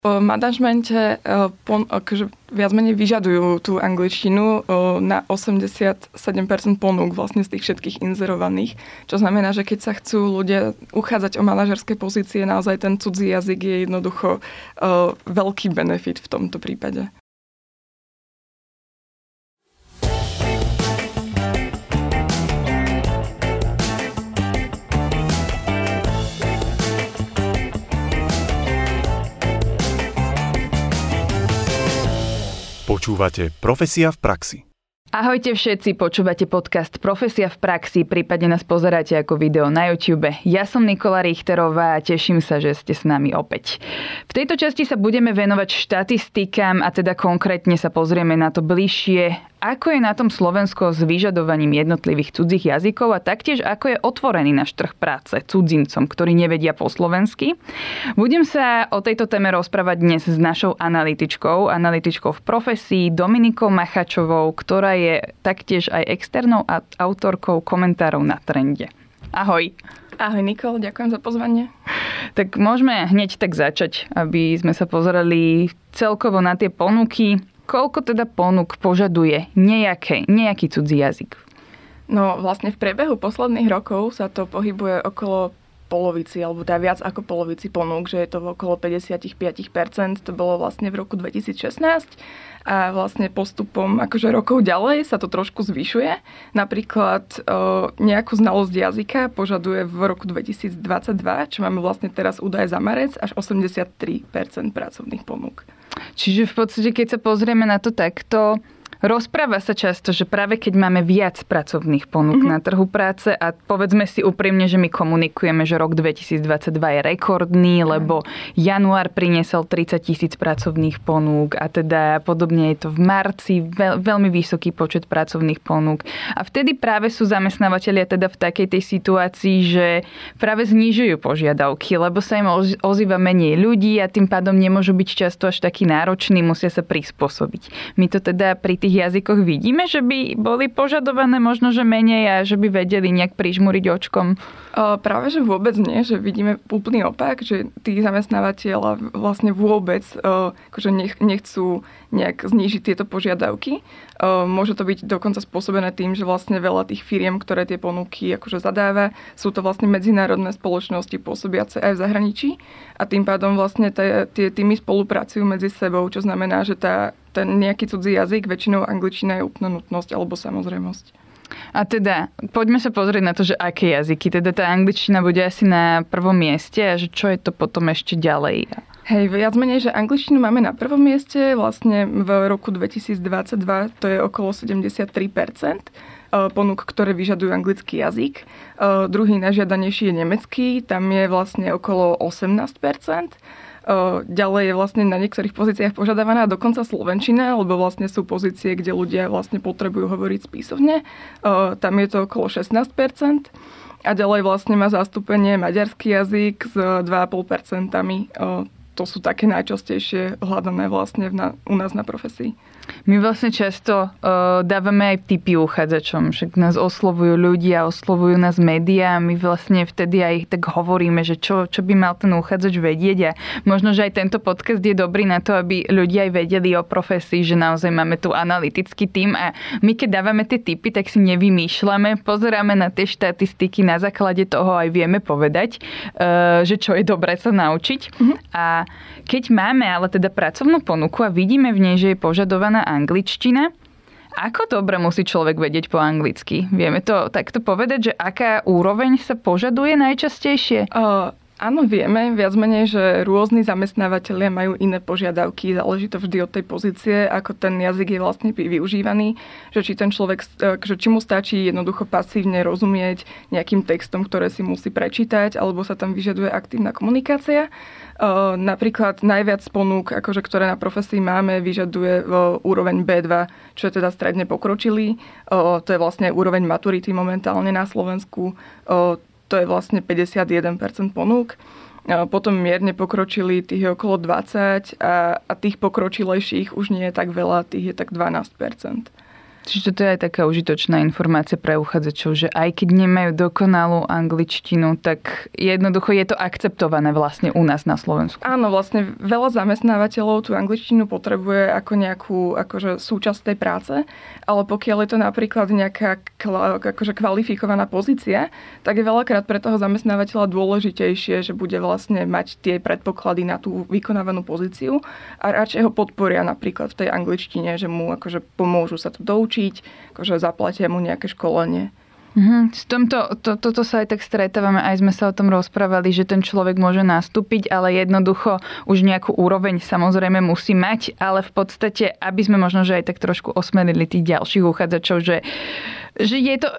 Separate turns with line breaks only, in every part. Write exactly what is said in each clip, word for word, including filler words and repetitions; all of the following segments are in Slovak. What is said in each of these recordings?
V manažmente akože viac menej vyžadujú tú angličtinu na osemdesiatsedem percent ponúk vlastne z tých všetkých inzerovaných. Čo znamená, že keď sa chcú ľudia uchádzať o manažerské pozície, naozaj ten cudzí jazyk je jednoducho veľký benefit v tomto prípade.
Počúvate Profesia v praxi.
Ahojte všetci, počúvate podcast Profesia v praxi, prípadne nás pozeráte ako video na YouTube. Ja som Nikola Richterová a teším sa, že ste s nami opäť. V tejto časti sa budeme venovať štatistikám a teda konkrétne sa pozrieme na to bližšie, ako je na tom Slovensko s vyžadovaním jednotlivých cudzích jazykov a taktiež ako je otvorený náš trh práce cudzincom, ktorí nevedia po slovensky. Budem sa o tejto téme rozprávať dnes s našou analytičkou, analytičkou v profesii Dominikou Machačovou, ktorá je taktiež aj externou autorkou komentárov na Trende. Ahoj.
Ahoj Nikol, ďakujem za pozvanie.
Tak môžeme hneď tak začať, aby sme sa pozerali celkovo na tie ponuky. Koľko teda ponúk požaduje nejaké, nejaký cudzí jazyk?
No vlastne v priebehu posledných rokov sa to pohybuje okolo polovici, alebo teda viac ako polovici ponúk, že je to okolo päťdesiatpäť percent. To bolo vlastne v roku dvetisícšestnásť a vlastne postupom akože rokov ďalej sa to trošku zvyšuje. Napríklad e, nejakú znalosť jazyka požaduje v roku dvetisícdvadsaťdva, čo máme vlastne teraz údaje za marec, až osemdesiattri percent pracovných ponúk.
Čiže v podstate, keď sa pozrieme na to takto, rozpráva sa často, že práve keď máme viac pracovných ponúk mm-hmm. na trhu práce a povedzme si úprimne, že my komunikujeme, že rok dvetisícdvadsaťdva je rekordný, lebo január priniesol tridsať tisíc pracovných ponúk a teda podobne je to v marci, veľ, veľmi vysoký počet pracovných ponúk. A vtedy práve sú zamestnávateľia teda v takej tej situácii, že práve znižujú požiadavky, lebo sa im ozýva menej ľudí a tým pádom nemôžu byť často až takí nároční, musia sa prispôsobiť. My to teda pri tých jazykoch vidíme, že by boli požadované možno, že menej a že by vedeli nejak prižmúriť očkom?
O, práve, že vôbec nie, že vidíme úplný opak, že tí zamestnávateľa vlastne vôbec o, akože nech, nechcú nejak znížiť tieto požiadavky. O, môže to byť dokonca spôsobené tým, že vlastne veľa tých firiem, ktoré tie ponuky akože zadáva, sú to vlastne medzinárodné spoločnosti pôsobiace aj v zahraničí a tým pádom vlastne tie, tie týmy spolupracujú medzi sebou, čo znamená, že tá ten nejaký cudzí jazyk, väčšinou angličtina je úplná nutnosť alebo samozrejmosť.
A teda, poďme sa pozrieť na to, že aké jazyky. Teda tá angličtina bude asi na prvom mieste a že čo je to potom ešte ďalej?
Hej, viac menej, že angličtinu máme na prvom mieste. Vlastne v roku dvetisícdvadsaťdva to je okolo sedemdesiattri percent ponúk, ktoré vyžadujú anglický jazyk. Druhý najžiadanejší je nemecký, tam je vlastne okolo osemnásť percent. Ďalej je vlastne na niektorých pozíciách požadávaná dokonca slovenčina, lebo vlastne sú pozície, kde ľudia vlastne potrebujú hovoriť spisovne. Tam je to okolo šestnásť percent. A ďalej vlastne má zastúpenie maďarský jazyk s dva a pol percenta. To sú také najčastejšie hľadané vlastne na, u nás na profesii.
My vlastne často uh, dávame aj tipy uchádzačom, že nás oslovujú ľudia, oslovujú nás médiá a my vlastne vtedy aj tak hovoríme, že čo, čo by mal ten uchádzač vedieť a možno, že aj tento podcast je dobrý na to, aby ľudia aj vedeli o profesii, že naozaj máme tu analytický tím a my keď dávame tie tipy, tak si nevymýšľame, pozeráme na tie štatistiky, na základe toho aj vieme povedať, uh, že čo je dobré sa naučiť. Mm-hmm. A keď máme ale teda pracovnú ponuku a vidíme v nej, že je požadovaná angličtina, ako dobre musí človek vedieť po anglicky? Vieme to takto povedať, že aká úroveň sa požaduje najčastejšie?
Uh, áno, vieme. Viac menej, že rôzni zamestnávateľia majú iné požiadavky. Záleží to vždy od tej pozície, ako ten jazyk je vlastne využívaný. Že či ten človek, že či mu stačí jednoducho pasívne rozumieť nejakým textom, ktoré si musí prečítať, alebo sa tam vyžaduje aktívna komunikácia. Uh, napríklad najviac ponúk, akože, ktoré na profesii máme, vyžaduje uh, úroveň bé dva, čo je teda stredne pokročilý. Uh, to je vlastne úroveň maturity momentálne na Slovensku. Uh, to je vlastne päťdesiatjeden percent ponúk. Uh, potom mierne pokročili, tých je okolo dvadsať a, a tých pokročilejších už nie je tak veľa, tých je tak dvanásť percent.
Čiže to je aj taká užitočná informácia pre uchádzačov, že aj keď nemajú dokonalú angličtinu, tak jednoducho je to akceptované vlastne u nás na Slovensku.
Áno, vlastne veľa zamestnávateľov tú angličtinu potrebuje ako nejakú akože súčasť tej práce, ale pokiaľ je to napríklad nejaká akože kvalifikovaná pozícia, tak je veľakrát pre toho zamestnávateľa dôležitejšie, že bude vlastne mať tie predpoklady na tú vykonávanú pozíciu a radšej ho podporia napríklad v tej angličtine, že mu akože pomôžu sa to doučiť, akože zaplatia mu nejaké školenie.
Mhm. S tomto, to, toto sa aj tak stretávame, aj sme sa o tom rozprávali, že ten človek môže nastúpiť, ale jednoducho už nejakú úroveň samozrejme musí mať, ale v podstate, aby sme možno, že aj tak trošku osmerili tých ďalších uchádzačov, že že je to,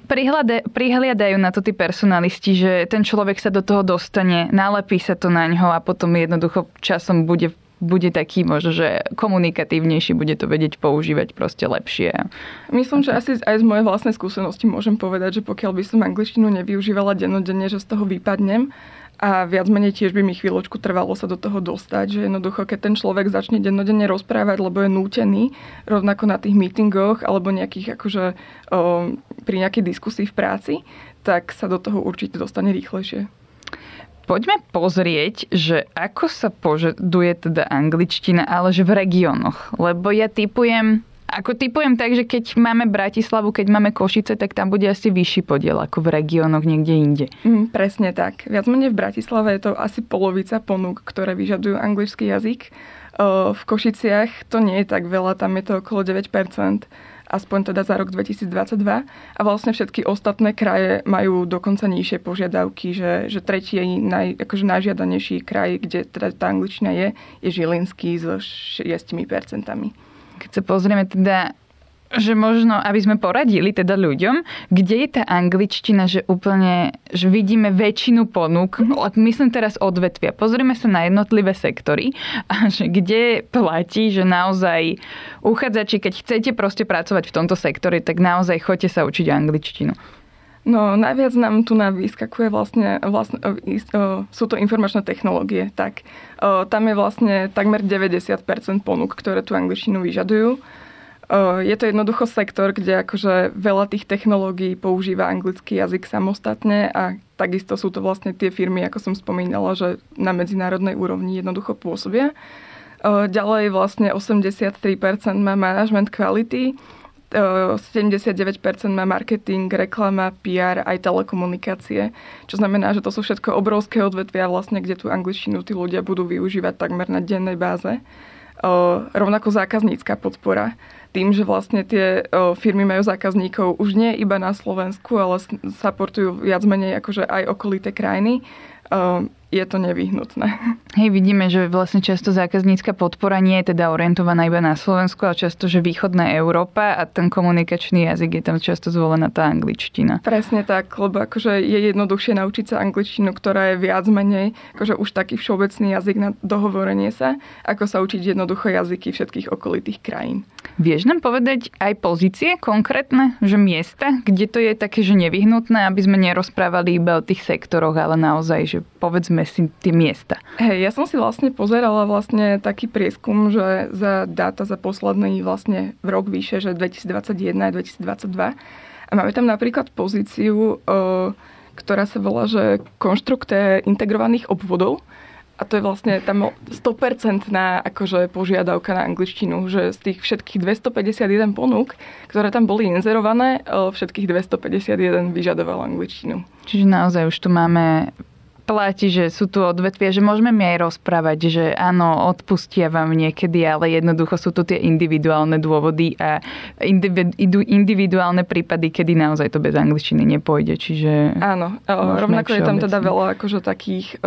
prihliadajú na to tí personalisti, že ten človek sa do toho dostane, nalepí sa to na ňo a potom jednoducho časom bude bude taký možno, že komunikatívnejší, bude to vedieť používať proste lepšie.
Myslím, že asi aj z mojej vlastnej skúsenosti môžem povedať, že pokiaľ by som angličtinu nevyužívala dennodenne, že z toho vypadnem a viac menej tiež by mi chvíľočku trvalo sa do toho dostať, že jednoducho, keď ten človek začne dennodenne rozprávať, lebo je nútený, rovnako na tých meetingoch alebo nejakých akože o, pri nejakej diskusii v práci, tak sa do toho určite dostane rýchlejšie.
Poďme pozrieť, že ako sa požaduje teda angličtina, ale že v regiónoch. Lebo ja typujem, ako typujem tak, že keď máme Bratislavu, keď máme Košice, tak tam bude asi vyšší podiel ako v regiónoch niekde inde.
Mm, presne tak. Viac menej v Bratislave je to asi polovica ponúk, ktoré vyžadujú anglický jazyk. V Košiciach to nie je tak veľa, tam je to okolo deväť percent. Aspoň teda za rok dvetisícdvadsaťdva. A vlastne všetky ostatné kraje majú dokonca nižšie požiadavky, že, že tretí naj, akože najžiadanejší kraj, kde teda tá angličtina je, je Žilinský so šesť percent.
Keď sa pozrieme teda, že možno, aby sme poradili teda ľuďom, kde je tá angličtina, že úplne, že vidíme väčšinu ponúk, mm-hmm. myslím teraz odvetvia, pozrieme sa na jednotlivé sektory a že kde platí, že naozaj uchádzači, keď chcete proste pracovať v tomto sektore, tak naozaj choďte sa učiť angličtinu.
No, najviac nám tu na vyskakuje vlastne, vlastne sú to informačné technológie. Tak, tam je vlastne takmer deväťdesiat percent ponúk, ktoré tú angličtinu vyžadujú. Je to jednoducho sektor, kde akože veľa tých technológií používa anglický jazyk samostatne a takisto sú to vlastne tie firmy, ako som spomínala, že na medzinárodnej úrovni jednoducho pôsobia. Ďalej vlastne osemdesiattri percent má management quality, sedemdesiatdeväť percent má marketing, reklama, pé er, aj telekomunikácie. Čo znamená, že to sú všetko obrovské odvetvia, vlastne, kde tú angličtinu tí ľudia budú využívať takmer na dennej báze. Rovnako zákaznícka podpora. Tým, že vlastne tie firmy majú zákazníkov už nie iba na Slovensku, ale supportujú viac menej akože aj okolité krajiny, je to nevyhnutné.
Hej, vidíme, že vlastne často zákaznícka podpora nie je teda orientovaná iba na Slovensku, ale často, že východná Európa a ten komunikačný jazyk je tam často zvolená tá angličtina.
Presne tak, lebo akože je jednoduchšie naučiť sa angličtinu, ktorá je viac menej akože už taký všeobecný jazyk na dohovorenie sa, ako sa učiť jednoducho jazyky všetkých okolitých krajín.
Vieš nám povedať aj pozície konkrétne, že miesta, kde to je také, že nevyhnutné, aby sme nerozprávali iba o tých sektoroch, ale naozaj, že povedzme si tie miesta.
Hej, ja som si vlastne pozerala vlastne taký prieskum, že za dáta za posledný vlastne v rok vyše, že dvetisícdvadsaťjeden a dvetisícdvadsaťdva. A máme tam napríklad pozíciu, ktorá sa volá, že konštruktér integrovaných obvodov. A to je vlastne tam sto percent na akože požiadavka na angličtinu, že z tých všetkých dvestopäťdesiatjeden ponúk, ktoré tam boli inzerované, všetkých dvestopäťdesiatjeden vyžadovalo angličtinu.
Čiže naozaj už tu máme platí, že sú tu odvetvia, že môžeme mi aj rozprávať, že áno, odpustia vám niekedy, ale jednoducho sú tu tie individuálne dôvody a individuálne prípady, kedy naozaj to bez angličtiny nepôjde. Čiže
áno, rovnako je tam teda veľa akože takých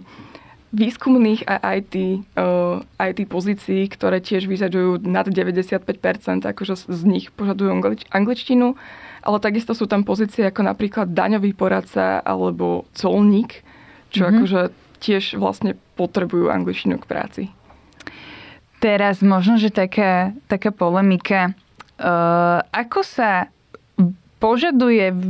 výskumných a í té, uh, í té pozícií, ktoré tiež vyžadujú nad deväťdesiatpäť percent, akože z nich požadujú anglič- angličtinu, ale takisto sú tam pozície ako napríklad daňový poradca alebo colník, čo mm-hmm. akože tiež vlastne potrebujú angličtinu k práci.
Teraz možno, že taká, taká polemika. Uh, ako sa požaduje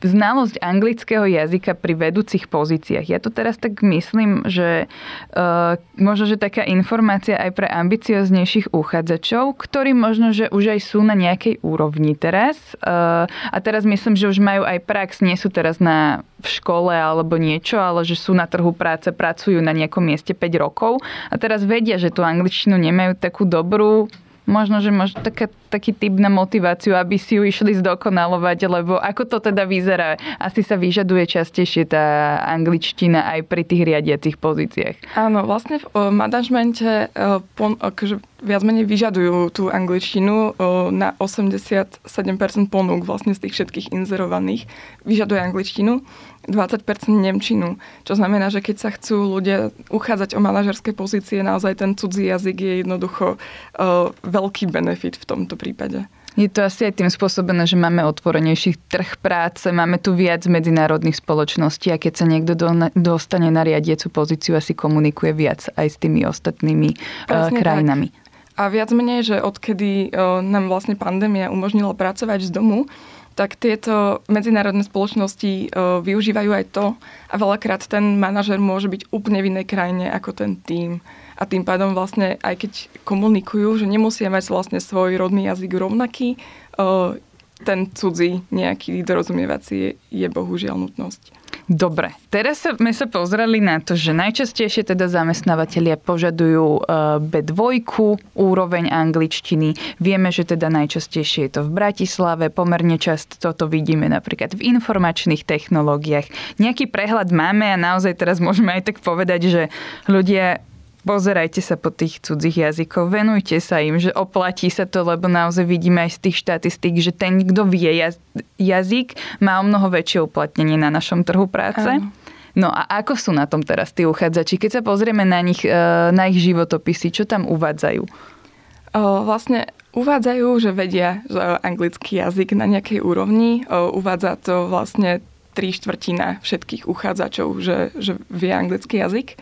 znalosť anglického jazyka pri vedúcich pozíciách. Ja to teraz tak myslím, že uh, možno, že taká informácia aj pre ambicioznejších uchádzačov, ktorí možno, že už aj sú na nejakej úrovni teraz. Uh, a teraz myslím, že už majú aj prax, nie sú teraz na, v škole alebo niečo, ale že sú na trhu práce, pracujú na nejakom mieste päť rokov a teraz vedia, že tú angličtinu nemajú takú dobrú. Možno, že možno taká, taký typ na motiváciu, aby si ju išli zdokonalovať, lebo ako to teda vyzerá? Asi sa vyžaduje častejšie tá angličtina aj pri tých riadiacich pozíciách.
Áno, vlastne v manažmente akože viac menej vyžadujú tú angličtinu na osemdesiatsedem percent ponúk vlastne z tých všetkých inzerovaných. Vyžaduje angličtinu, dvadsať percent nemčinu. Čo znamená, že keď sa chcú ľudia uchádzať o manažerské pozície, naozaj ten cudzí jazyk je jednoducho uh, veľký benefit v tomto prípade.
Je to asi aj tým spôsobené, že máme otvorenejší trh práce, máme tu viac medzinárodných spoločností a keď sa niekto do, dostane na riadiacu pozíciu, asi komunikuje viac aj s tými ostatnými uh, krajinami.
Tak. A viac menej, že odkedy uh, nám vlastne pandémia umožnila pracovať z domu, tak tieto medzinárodné spoločnosti uh, využívajú aj to a veľakrát ten manažer môže byť úplne v inej krajine ako ten tím. A tým pádom vlastne, aj keď komunikujú, že nemusia mať vlastne svoj rodný jazyk rovnaký, uh, ten cudzí nejaký dorozumievací je, je bohužiaľ nutnosť.
Dobre, teraz sme sa pozreli na to, že najčastejšie teda zamestnávateľia požadujú bé dva, úroveň angličtiny. Vieme, že teda najčastejšie je to v Bratislave, pomerne často toto vidíme napríklad v informačných technológiách. Nejaký prehľad máme a naozaj teraz môžeme aj tak povedať, že ľudia pozerajte sa po tých cudzích jazykoch, venujte sa im, že oplatí sa to, lebo naozaj vidíme aj z tých štatistík, že ten, kto vie jazyk, má o mnoho väčšie uplatnenie na našom trhu práce. Áno. No a ako sú na tom teraz tí uchádzači? Keď sa pozrieme na nich, na ich životopisy, čo tam uvádzajú?
O, vlastne uvádzajú, že vedia že anglický jazyk na nejakej úrovni. O, uvádza to vlastne tri štvrtina všetkých uchádzačov, že, že vie anglický jazyk.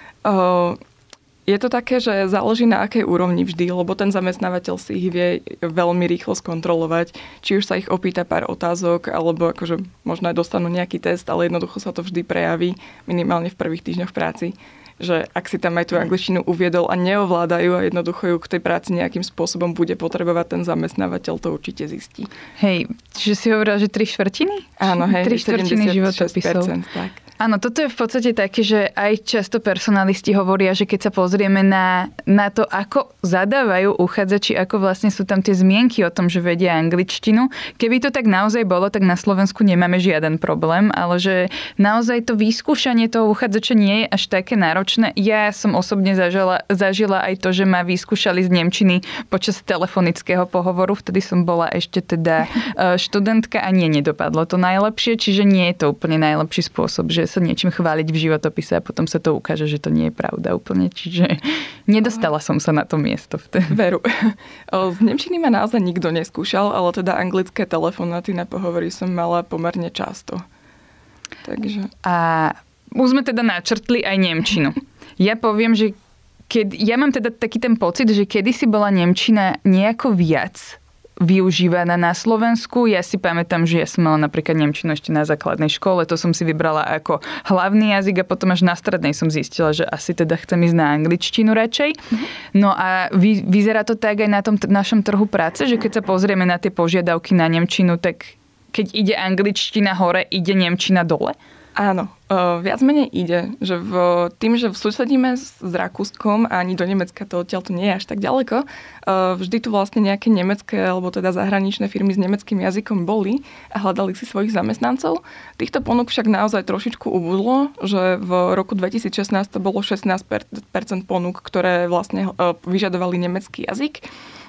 O, Je to také, že záleží na akej úrovni vždy, lebo ten zamestnávateľ si ich vie veľmi rýchlo skontrolovať. Či už sa ich opýta pár otázok, alebo akože možno aj dostanú nejaký test, ale jednoducho sa to vždy prejaví minimálne v prvých týždňoch práci. Že ak si tam aj tú angličtinu uviedol a neovládajú a jednoducho ju k tej práci nejakým spôsobom bude potrebovať ten zamestnávateľ, to určite zistí.
Hej, čiže si hovorila, že tri štvrtiny?
Áno, hej,
tri štvrtiny životopisov.
Tak.
Áno, toto je v podstate také, že aj často personalisti hovoria, že keď sa pozrieme na, na to, ako zadávajú uchádzači, ako vlastne sú tam tie zmienky o tom, že vedia angličtinu. Keby to tak naozaj bolo, tak na Slovensku nemáme žiaden problém, ale že naozaj to vyskúšanie toho uchádzača nie je až také náročné. Ja som osobne zažila, zažila aj to, že ma vyskúšali z nemčiny počas telefonického pohovoru. Vtedy som bola ešte teda študentka a nie, nedopadlo to najlepšie, čiže nie je to úplne najlepší spôsob, že sa niečím chváliť v životopise a potom sa to ukáže, že to nie je pravda úplne. Čiže nedostala som sa na to miesto.
Veru. Z nemčiny ma naozaj nikto neskúšal, ale teda anglické telefonáty na pohovory som mala pomerne často. Takže...
A už sme teda načrtli aj nemčinu. Ja poviem, že keď, ja mám teda taký ten pocit, že kedysi bola nemčina nejako viac využívaná na Slovensku. Ja si pamätám, že ja som mala napríklad nemčinu ešte na základnej škole, to som si vybrala ako hlavný jazyk a potom až na strednej som zistila, že asi teda chcem ísť na angličtinu radšej. No a vy, vyzerá to tak aj na tom t- našom trhu práce, že keď sa pozrieme na tie požiadavky na nemčinu, tak keď ide angličtina hore, ide nemčina dole?
Áno, uh, viac menej ide, že v, tým, že susedíme s, s Rakúskom a ani do Nemecka to odtiaľ to nie je až tak ďaleko, uh, vždy tu vlastne nejaké nemecké alebo teda zahraničné firmy s nemeckým jazykom boli a hľadali si svojich zamestnancov. Týchto ponúk však naozaj trošičku ubudlo, že v roku dvetisícšestnásť to bolo šestnásť percent ponúk, ktoré vlastne uh, vyžadovali nemecký jazyk.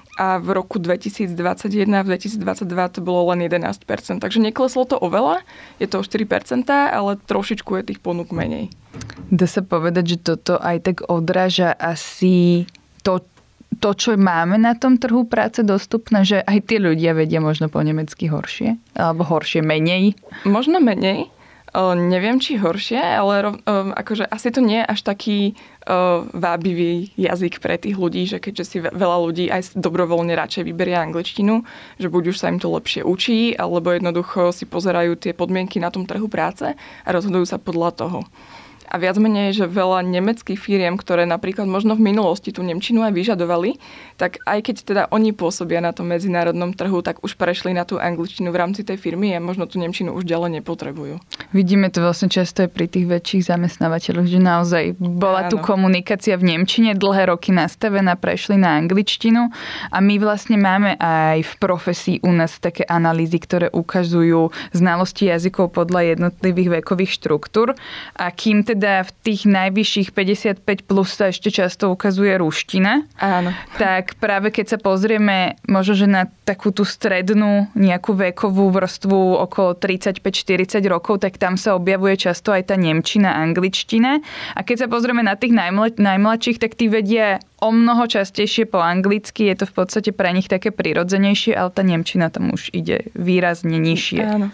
A v roku dvetisícdvadsaťjeden a v dvetisícdvadsaťdva to bolo len jedenásť percent. Takže nekleslo to oveľa, je to o štyri percentá, ale trošičku je tých ponúk menej.
Dá sa povedať, že toto aj tak odráža asi to, to, čo máme na tom trhu práce dostupné, že aj tí ľudia vedia možno po nemecky horšie, alebo horšie menej?
Možno menej. O, neviem, či horšie, ale rov, o, akože asi to nie je až taký o, vábivý jazyk pre tých ľudí, že keďže si veľa ľudí aj dobrovoľne radšej vyberia angličtinu, že buď už sa im to lepšie učí, alebo jednoducho si pozerajú tie podmienky na tom trhu práce a rozhodujú sa podľa toho. A viac menej, že veľa nemeckých firiem, ktoré napríklad možno v minulosti tú nemčinu aj vyžadovali, tak aj keď teda oni pôsobia na tom medzinárodnom trhu, tak už prešli na tú angličtinu v rámci tej firmy a možno tú nemčinu už ďalej nepotrebujú.
Vidíme to vlastne často aj pri tých väčších zamestnávateľoch, že naozaj bola Áno. tu komunikácia v nemčine, dlhé roky nastavená, prešli na angličtinu a my vlastne máme aj v profesii u nás také analýzy, ktoré ukazujú znalosti jazykov podľa jednotlivých vekových štruktúr a kým teda teda v tých najvyšších päťdesiatpäť plus sa ešte často ukazuje ruština.
Áno.
Tak práve keď sa pozrieme možno, že na takú tú strednú nejakú vekovú vrstvu okolo tridsaťpäť štyridsať rokov, tak tam sa objavuje často aj tá nemčina, angličtina. A keď sa pozrieme na tých najmla- najmladších, tak tí vedia o mnoho častejšie po anglicky. Je to v podstate pre nich také prirodzenejšie, ale tá nemčina tam už ide výrazne nižšie.
Áno.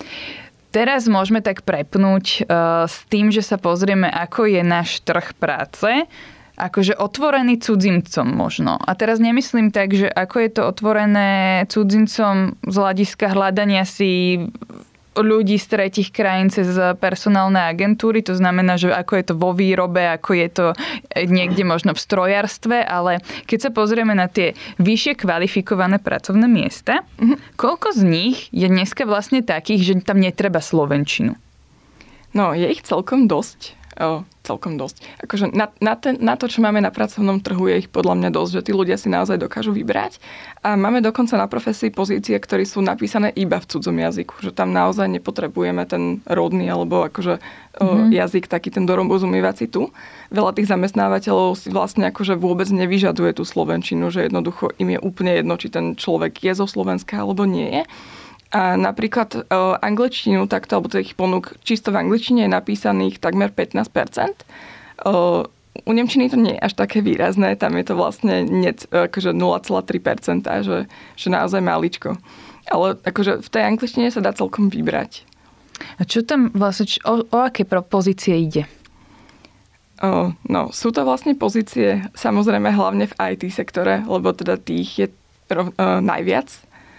Teraz môžeme tak prepnúť uh, s tým, že sa pozrieme, ako je náš trh práce, akože otvorený cudzincom možno. A teraz nemyslím tak, že ako je to otvorené cudzincom z hľadiska hľadania si ľudí z tretích krajín cez personálne agentúry, to znamená, že ako je to vo výrobe, ako je to niekde možno v strojárstve, ale keď sa pozrieme na tie vyššie kvalifikované pracovné miesta, mm-hmm. koľko z nich je dneska vlastne takých, že tam netreba slovenčinu?
No, je ich celkom dosť. O, celkom dosť. Akože na, na, ten, na to, čo máme na pracovnom trhu, je ich podľa mňa dosť, že tí ľudia si naozaj dokážu vybrať. A máme dokonca na profesii pozície, ktoré sú napísané iba v cudzom jazyku. Že tam naozaj nepotrebujeme ten rodný alebo akože mm-hmm. o, jazyk, taký ten dorozumievací tu. Veľa tých zamestnávateľov si vlastne akože vôbec nevyžaduje tú slovenčinu, že jednoducho im je úplne jedno, či ten človek je zo Slovenska alebo nie je. A napríklad uh, angličtinu, takto, alebo tých ponúk čisto v angličtine je napísaných takmer pätnásť percent. Uh, u nemčiny to nie je až také výrazné, tam je to vlastne net, akože nula celá tri percenta, že, že naozaj maličko. Ale akože v tej angličtine sa dá celkom vybrať.
A čo tam vlastne, o, o aké pozície ide?
Uh, no, sú to vlastne pozície samozrejme hlavne v í té sektore, lebo teda tých je uh, najviac.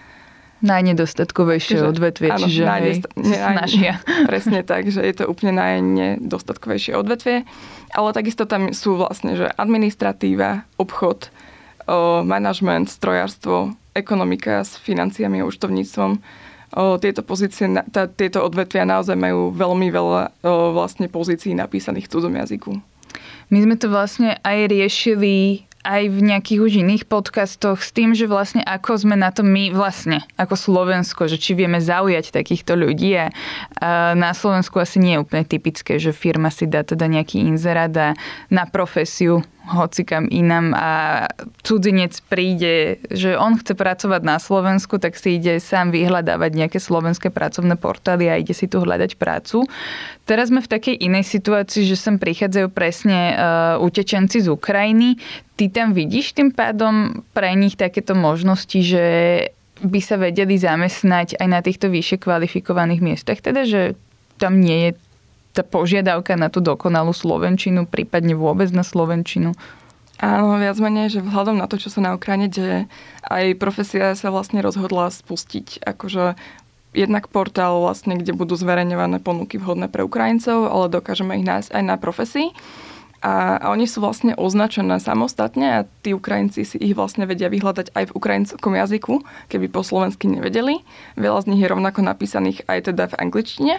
Najnedostatkovejšie odvetvie, áno, čiže najnedost- hej, ne, snažia.
Presne tak, že je to úplne najnedostatkovejšie odvetvie. Ale takisto tam sú vlastne, že administratíva, obchod, o, manažment, strojárstvo, ekonomika s financiami a účtovníctvom. O, tieto pozície, tá, tieto odvetvia naozaj majú veľmi veľa o, vlastne pozícií napísaných v cudzom jazyku.
My sme to vlastne aj riešili aj v nejakých už iných podcastoch s tým, že vlastne ako sme na to my vlastne, ako Slovensko, že či vieme zaujať takýchto ľudí. A na Slovensku asi nie je úplne typické, že firma si dá teda nejaký inzerát a na profesiu hocikam inám a cudzinec príde, že on chce pracovať na Slovensku, tak si ide sám vyhľadávať nejaké slovenské pracovné portály a ide si tu hľadať prácu. Teraz sme v takej inej situácii, že sem prichádzajú presne uh, utečenci z Ukrajiny. Ty tam vidíš tým pádom pre nich takéto možnosti, že by sa vedeli zamestnať aj na týchto vyššie kvalifikovaných miestach? Teda, že tam nie je tá požiadavka na tú dokonalú slovenčinu, prípadne vôbec na slovenčinu?
Áno, viac menej, že vzhľadom na to, čo sa na Ukrajine deje, aj profesia sa vlastne rozhodla spustiť akože jednak portál, vlastne, kde budú zverejňované ponuky vhodné pre Ukrajincov, ale dokážeme ich nájsť aj na profesii. A, a oni sú vlastne označené samostatne a tí Ukrajinci si ich vlastne vedia vyhľadať aj v ukrajinskom jazyku, keby po slovensky nevedeli. Veľa z nich je rovnako napísaných aj teda v angličtine.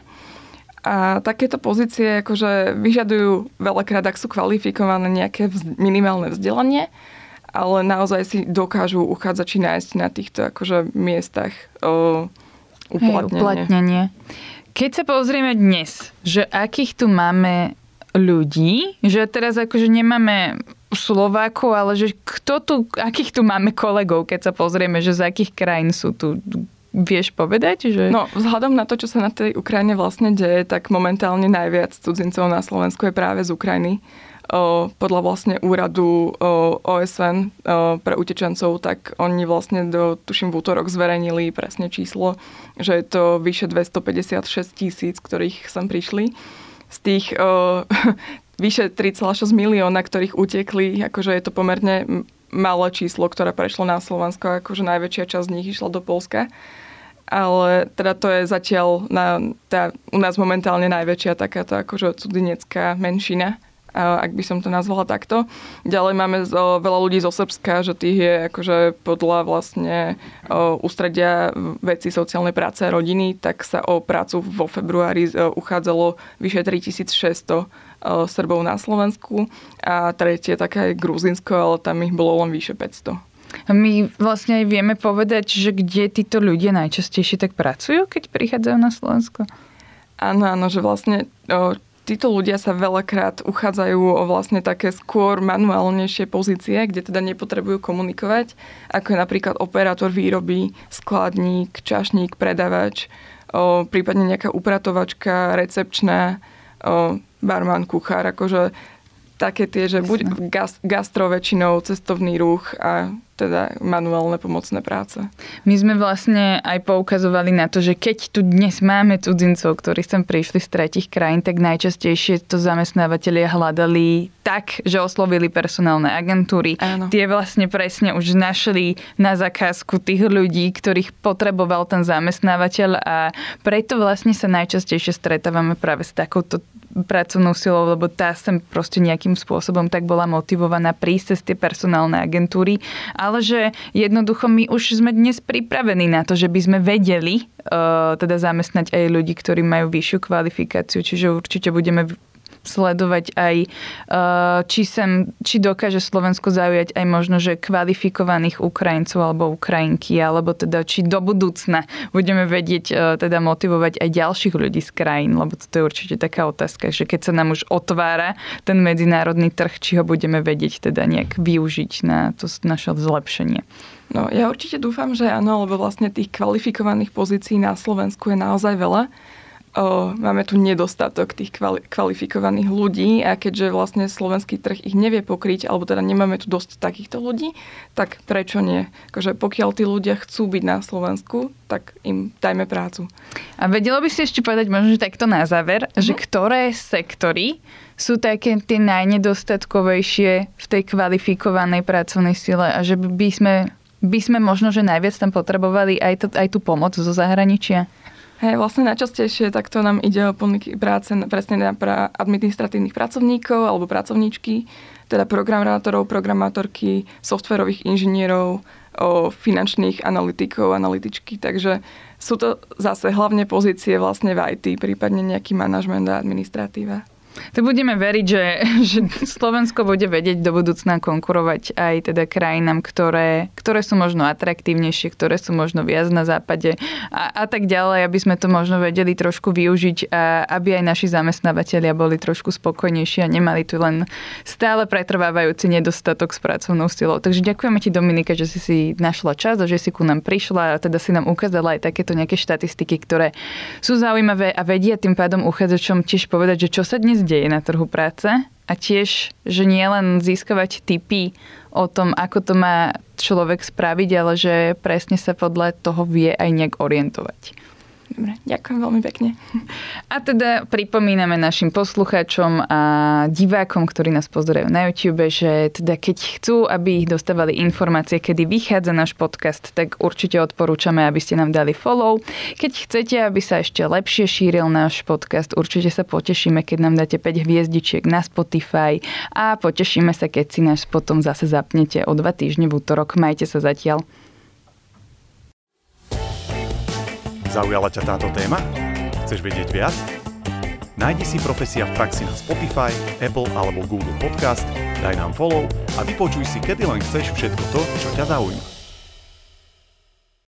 A takéto pozície akože vyžadujú veľakrát, ak sú kvalifikované nejaké vz, minimálne vzdelanie, ale naozaj si dokážu uchádzači nájsť na týchto akože miestach o, uplatnenie.
Hej, uplatnenie. Keď sa pozrieme dnes, že akých tu máme ľudí, že teraz akože nemáme Slovákov, ale že kto tu, akých tu máme kolegov, keď sa pozrieme, že z akých krajín sú tu. Vieš povedať? Že...
No, vzhľadom na to, čo sa na tej Ukrajine vlastne deje, tak momentálne najviac cudzincov na Slovensku je práve z Ukrajiny. podľa vlastne úradu ó es en pre utečencov, tak oni vlastne do, tuším, v útorok zverejnili presne číslo, že je to vyše dvestopäťdesiatšesť tisíc, ktorých sem prišli. Z tých uh, vyše tri celé šesť milióna, ktorých utekli, akože je to pomerne malé číslo, ktoré prešlo na Slovensko, akože najväčšia časť z nich išla do Poľska. Ale teda to je zatiaľ na, tá, u nás momentálne najväčšia takáto akože cudzinecká menšina, ak by som to nazvala takto. Ďalej máme o, veľa ľudí zo Srbska, že tých je akože podľa vlastne o, ústredia veci sociálnej práce a rodiny, tak sa o prácu vo februári o, uchádzalo vyše tritisícšesťsto o, Srbov na Slovensku a tretie také Gruzínsko, ale tam ich bolo len vyše päťsto.
A my vlastne aj vieme povedať, že kde títo ľudia najčastejšie tak pracujú, keď prichádzajú na Slovensko?
Áno, áno, že vlastne o, títo ľudia sa veľakrát uchádzajú o vlastne také skôr manuálnejšie pozície, kde teda nepotrebujú komunikovať, ako je napríklad operátor výroby, skladník, čašník, predávač, o, prípadne nejaká upratovačka, recepčná, o, barman, kuchár, akože také tie, že buď gastro väčšinou, cestovný ruch a teda manuálne pomocné práce.
My sme vlastne aj poukazovali na to, že keď tu dnes máme cudzincov, ktorí sem prišli z tretích krajín, tak najčastejšie to zamestnávateľia hľadali tak, že oslovili personálne agentúry. Áno. Tie vlastne presne už našli na zakázku tých ľudí, ktorých potreboval ten zamestnávateľ a preto vlastne sa najčastejšie stretávame práve s takouto pracovnou silou, lebo tá sem proste nejakým spôsobom tak bola motivovaná prísť cez tie personálne agentúry, ale že jednoducho my už sme dnes pripravení na to, že by sme vedeli uh, teda zamestnať aj ľudí, ktorí majú vyššiu kvalifikáciu, čiže určite budeme sledovať aj, či, sem, či dokáže Slovensko zaujať aj možno, že kvalifikovaných Ukrajincov alebo Ukrajinky, alebo teda či do budúcna budeme vedieť teda motivovať aj ďalších ľudí z krajín, lebo to je určite taká otázka, že keď sa nám už otvára ten medzinárodný trh, či ho budeme vedieť teda nejak využiť na to naše zlepšenie.
No, ja určite dúfam, že áno, lebo vlastne tých kvalifikovaných pozícií na Slovensku je naozaj veľa. O, máme tu nedostatok tých kvali- kvalifikovaných ľudí a keďže vlastne slovenský trh ich nevie pokryť, alebo teda nemáme tu dosť takýchto ľudí, tak prečo nie? Akože pokiaľ tí ľudia chcú byť na Slovensku, tak im dajme prácu.
A vedelo by si ešte povedať možno, že takto na záver, mhm. že ktoré sektory sú také tie najnedostatkovejšie v tej kvalifikovanej pracovnej sile a že by sme, by sme možno, že najviac tam potrebovali aj, to, aj tú pomoc zo zahraničia?
Hej, vlastne najčastejšie takto nám ide o ponuky práce presne na pra administratívnych pracovníkov alebo pracovníčky, teda programátorov, programátorky, softwarových inžinierov, o finančných analytikov, analytičky. Takže sú to zase hlavne pozície vlastne v í té, prípadne nejaký manažment a administratíva.
Tak budeme veriť, že, že Slovensko bude vedieť do budúcna konkurovať aj teda krajinám, ktoré, ktoré sú možno atraktívnejšie, ktoré sú možno viac na západe a, a tak ďalej, aby sme to možno vedeli trošku využiť a aby aj naši zamestnávateľia boli trošku spokojnejší a nemali tu len stále pretrvávajúci nedostatok s pracovnou silou. Takže ďakujeme ti, Dominika, že si si našla čas a že si ku nám prišla a teda si nám ukázala aj takéto nejaké štatistiky, ktoré sú zaujímavé a vedia tým pádom uchádzačom tiež povedať, že čo sa dnes deje na trhu práce a tiež, že nie len získavať tipy o tom, ako to má človek spraviť, ale že presne sa podľa toho vie aj nejak orientovať.
Dobre, ďakujem veľmi pekne.
A teda pripomíname našim poslucháčom a divákom, ktorí nás pozerajú na YouTube, že teda keď chcú, aby ich dostávali informácie, kedy vychádza náš podcast, tak určite odporúčame, aby ste nám dali follow. Keď chcete, aby sa ešte lepšie šíril náš podcast, určite sa potešíme, keď nám dáte päť hviezdičiek na Spotify a potešíme sa, keď si nás potom zase zapnete o dva týždne v útorok. Majte sa zatiaľ.
Zaujala ťa táto téma? Chceš vedieť viac? Nájdi si Profesia v praxi na Spotify, Apple alebo Google Podcast, daj nám follow a vypočuj si, kedy len chceš všetko to, čo ťa zaujíma.